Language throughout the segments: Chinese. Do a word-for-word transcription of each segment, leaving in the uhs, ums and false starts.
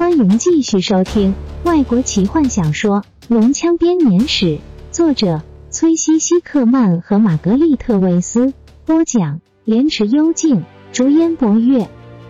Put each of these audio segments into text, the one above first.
欢迎继续收听外国奇幻小说《龙枪编年史》，作者崔西西克曼和玛格丽特维斯，播讲莲池幽静，竹烟博月。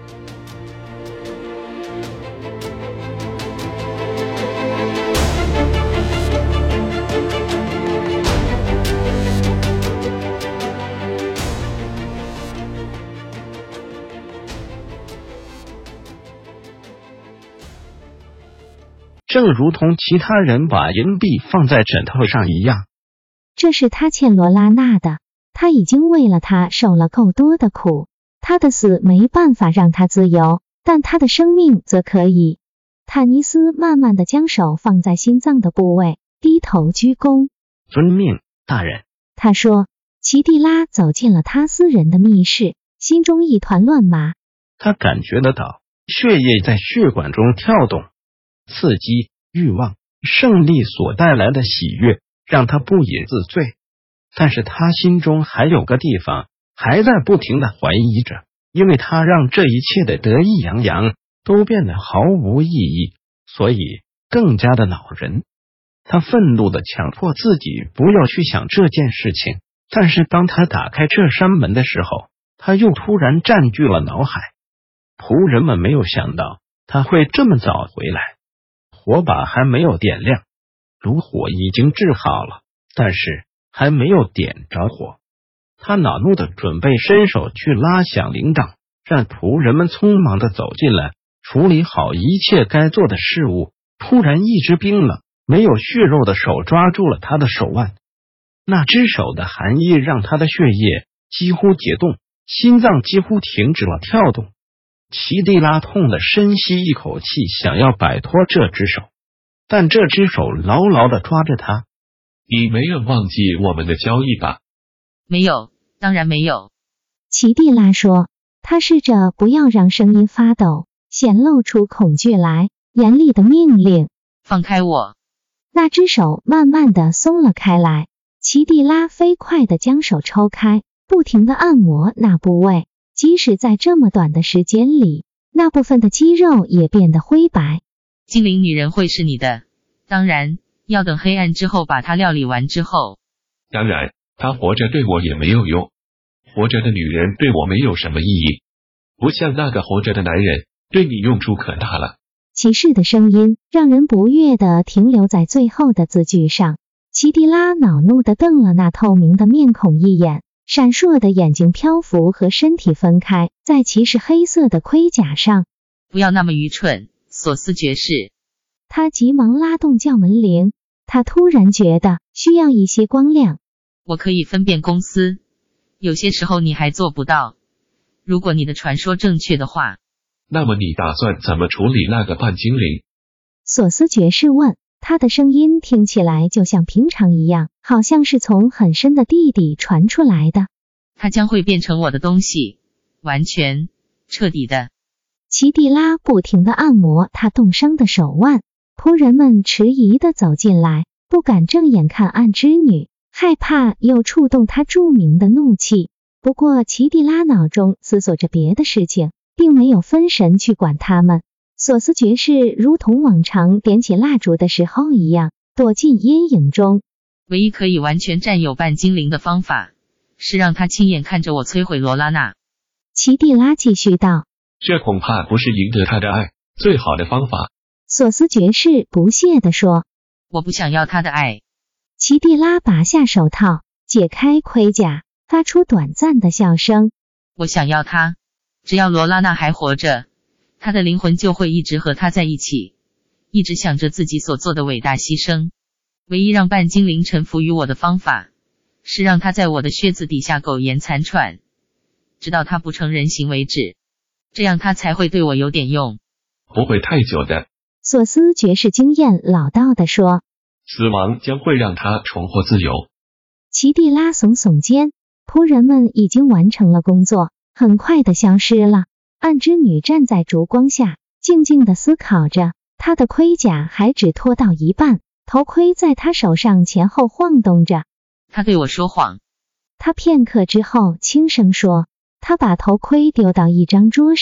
正如同其他人把银币放在枕头上一样， 这是他欠罗拉娜的，他已经为了她受了够多的苦，他的死没办法让他自由，但他的生命则可以。坦尼斯慢慢地将手放在心脏的部位，低头鞠躬。 遵命，大人。 他说。奇蒂拉走进了他私人的密室，心中一团乱麻。 他感觉得到血液在血管中跳动，刺激、欲望、胜利所带来的喜悦让他不饮自醉，但是他心中还有个地方还在不停地怀疑着，因为他让这一切的得意洋洋都变得毫无意义，所以更加的恼人。他愤怒地强迫自己不要去想这件事情，但是当他打开这扇门的时候，他又突然占据了脑海。仆人们没有想到他会这么早回来。火把还没有点亮，炉火已经制好了，但是还没有点着火。他恼怒的准备伸手去拉响铃铛，让仆人们匆忙的走进来，处理好一切该做的事物。突然一只冰冷没有血肉的手抓住了他的手腕，那只手的寒意让他的血液几乎解冻，心脏几乎停止了跳动。奇蒂拉痛的深吸一口气，想要摆脱这只手，但这只手牢牢的抓着他。 你没有忘记我们的交易吧？ 没有，当然没有。 奇蒂拉说，他试着不要让声音发抖，显露出恐惧来，严厉的命令： 放开我。 那只手慢慢的松了开来，奇蒂拉飞快的将手抽开，不停的按摩那部位。即使在这么短的时间里，那部分的肌肉也变得灰白。 精灵女人会是你的，当然要等黑暗之后把她料理完之后。 当然，她活着对我也没有用，活着的女人对我没有什么意义，不像那个活着的男人，对你用处可大了。 骑士的声音让人不悦地停留在最后的字句上。奇蒂拉恼怒地瞪了那透明的面孔一眼。闪烁的眼睛漂浮和身体分开，在骑士黑色的盔甲上。 不要那么愚蠢，索斯爵士。 他急忙拉动叫门铃，他突然觉得需要一些光亮。 我可以分辨公司，有些时候你还做不到。如果你的传说正确的话。 那么你打算怎么处理那个半精灵？ 索斯爵士问。他的声音听起来就像平常一样，好像是从很深的地底传出来的。 他将会变成我的东西，完全彻底的。 奇蒂拉不停地按摩他冻伤的手腕，仆人们迟疑地走进来，不敢正眼看暗织女，害怕又触动他著名的怒气。不过奇蒂拉脑中思索着别的事情，并没有分神去管他们。索斯爵士如同往常点起蜡烛的时候一样，躲进阴影中。 唯一可以完全占有半精灵的方法，是让他亲眼看着我摧毁罗拉娜。 奇蒂拉继续道， 这恐怕不是赢得他的爱最好的方法。 索斯爵士不屑地说， 我不想要他的爱。 奇蒂拉拔下手套，解开盔甲，发出短暂的笑声。 我想要他，只要罗拉娜还活着，他的灵魂就会一直和他在一起，一直想着自己所做的伟大牺牲。唯一让半精灵臣服于我的方法，是让他在我的靴子底下苟延残喘，直到他不成人形为止，这样他才会对我有点用。 不会太久的。 索斯爵士经验老道地说， 死亡将会让他重获自由。 奇蒂拉耸耸肩，仆人们已经完成了工作，很快地消失了。暗织女站在烛光下，静静地思考着，她的盔甲还只脱到一半，头盔在她手上前后晃动着。 他对我说谎。 她片刻之后轻声说，她把头盔丢到一张桌上，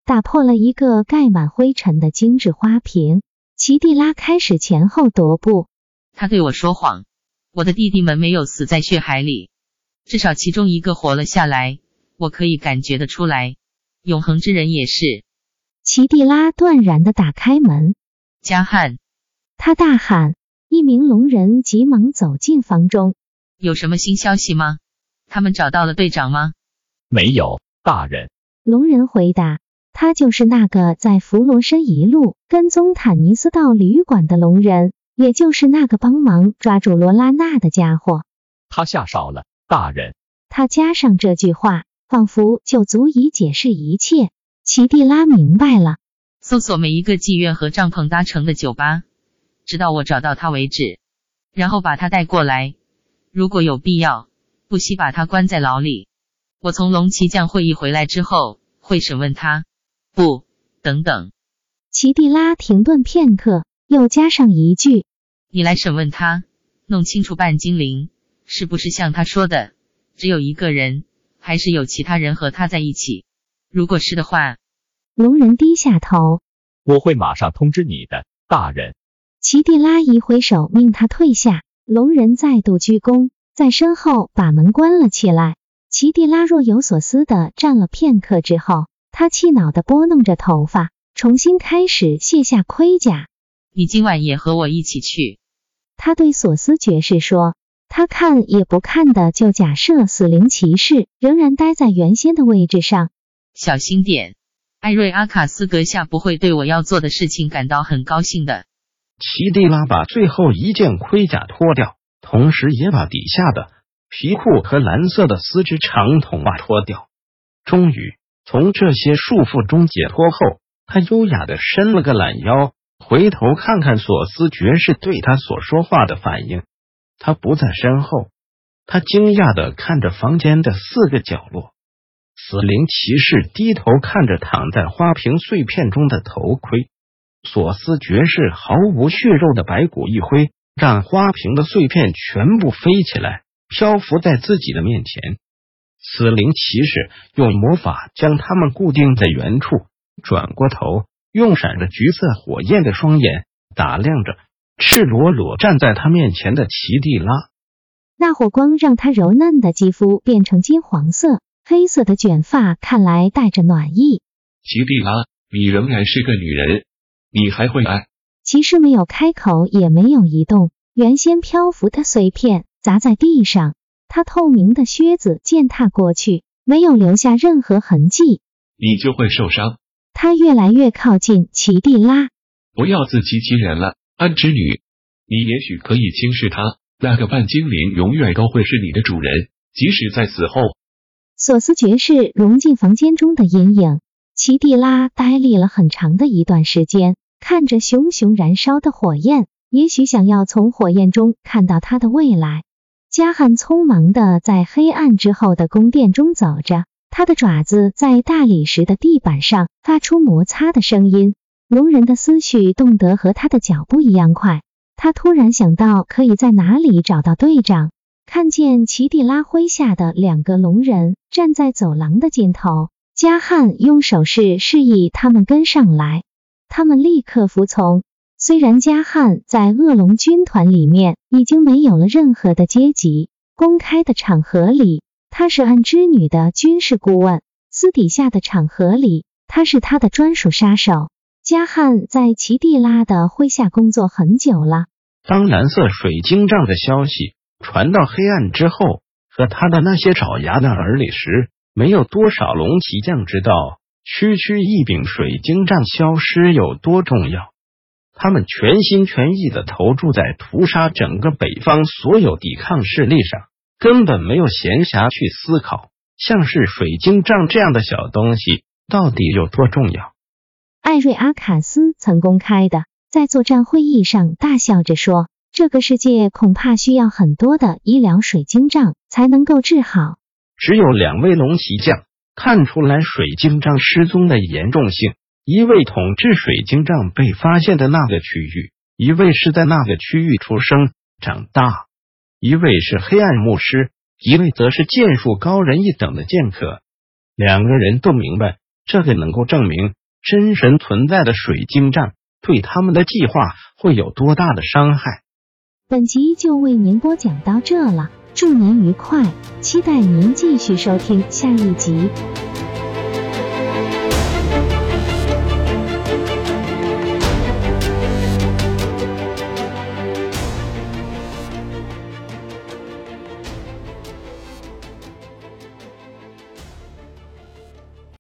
打破了一个盖满灰尘的精致花瓶。奇蒂拉开始前后踱步。 他对我说谎，我的弟弟们没有死在血海里，至少其中一个活了下来，我可以感觉得出来。永恒之人也是。 奇蒂拉断然地打开门。 加汉， 他大喊。一名龙人急忙走进房中。 有什么新消息吗？他们找到了队长吗？ 没有，大人。 龙人回答。他就是那个在弗罗申一路跟踪坦尼斯到旅馆的龙人，也就是那个帮忙抓住罗拉娜的家伙。 他下手了，大人。 他加上这句话，仿佛就足以解释一切。奇蒂拉明白了。 搜索每一个妓院和帐篷搭成的酒吧，直到我找到他为止，然后把他带过来，如果有必要，不惜把他关在牢里。我从龙骑将会议回来之后，会审问他。不，等等。 奇蒂拉停顿片刻，又加上一句： 你来审问他，弄清楚半精灵是不是像他说的只有一个人，还是有其他人和他在一起。如果是的话。 龙人低下头。 我会马上通知你的，大人。 奇蒂拉一挥手命他退下，龙人再度鞠躬，在身后把门关了起来。奇蒂拉若有所思地站了片刻之后，他气恼地拨弄着头发，重新开始卸下盔甲。 你今晚也和我一起去。 他对索斯爵士说。他看也不看的就假设死灵骑士仍然待在原先的位置上。 小心点，艾瑞阿卡斯阁下不会对我要做的事情感到很高兴的。 奇蒂拉把最后一件盔甲脱掉，同时也把底下的皮裤和蓝色的丝织长筒袜脱掉。终于从这些束缚中解脱后，他优雅地伸了个懒腰，回头看看索斯爵士对他所说话的反应。他不在身后，他惊讶地看着房间的四个角落。死灵骑士低头看着躺在花瓶碎片中的头盔，索斯爵士毫无血肉的白骨一挥，让花瓶的碎片全部飞起来，漂浮在自己的面前。死灵骑士用魔法将它们固定在原处，转过头，用闪着橘色火焰的双眼打量着赤裸裸站在他面前的奇蒂拉。 那火光让他柔嫩的肌肤变成金黄色，黑色的卷发看来带着暖意。 奇蒂拉，你仍然是个女人，你还会爱。 骑士没有开口，也没有移动，原先漂浮的碎片砸在地上，他透明的靴子践踏过去，没有留下任何痕迹。 你就会受伤。 他越来越靠近奇蒂拉。 不要自欺欺人了，暗之女。你也许可以轻视他，那个半精灵永远都会是你的主人，即使在死后。 索斯爵士融进房间中的阴影。奇蒂拉呆立了很长的一段时间，看着熊熊燃烧的火焰，也许想要从火焰中看到他的未来。加汉匆忙地在黑暗之后的宫殿中走着，他的爪子在大理石的地板上发出摩擦的声音。龙人的思绪动得和他的脚步一样快，他突然想到可以在哪里找到队长。看见奇蒂拉麾下的两个龙人站在走廊的尽头，加汉用手势示意他们跟上来，他们立刻服从。虽然加汉在恶龙军团里面已经没有了任何的阶级，公开的场合里他是暗之女的军事顾问，私底下的场合里他是他的专属杀手。加汉在奇蒂拉的麾下工作很久了。 当蓝色水晶杖的消息传到黑暗之后，和他的那些爪牙的耳里时，没有多少龙骑将知道区区一柄水晶杖消失有多重要。他们全心全意地投注在屠杀整个北方所有抵抗势力上，根本没有闲暇去思考像是水晶杖这样的小东西到底有多重要。 艾瑞阿卡斯曾公开的在作战会议上大笑着说，这个世界恐怕需要很多的医疗水晶杖才能够治好。 只有两位龙骑将看出来水晶杖失踪的严重性，一位统治水晶杖被发现的那个区域，一位是在那个区域出生长大，一位是黑暗牧师，一位则是剑术高人一等的剑客。两个人都明白这个能够证明真神存在的水晶杖对他们的计划会有多大的伤害。 本集就为您播讲到这了，祝您愉快，期待您继续收听下一集。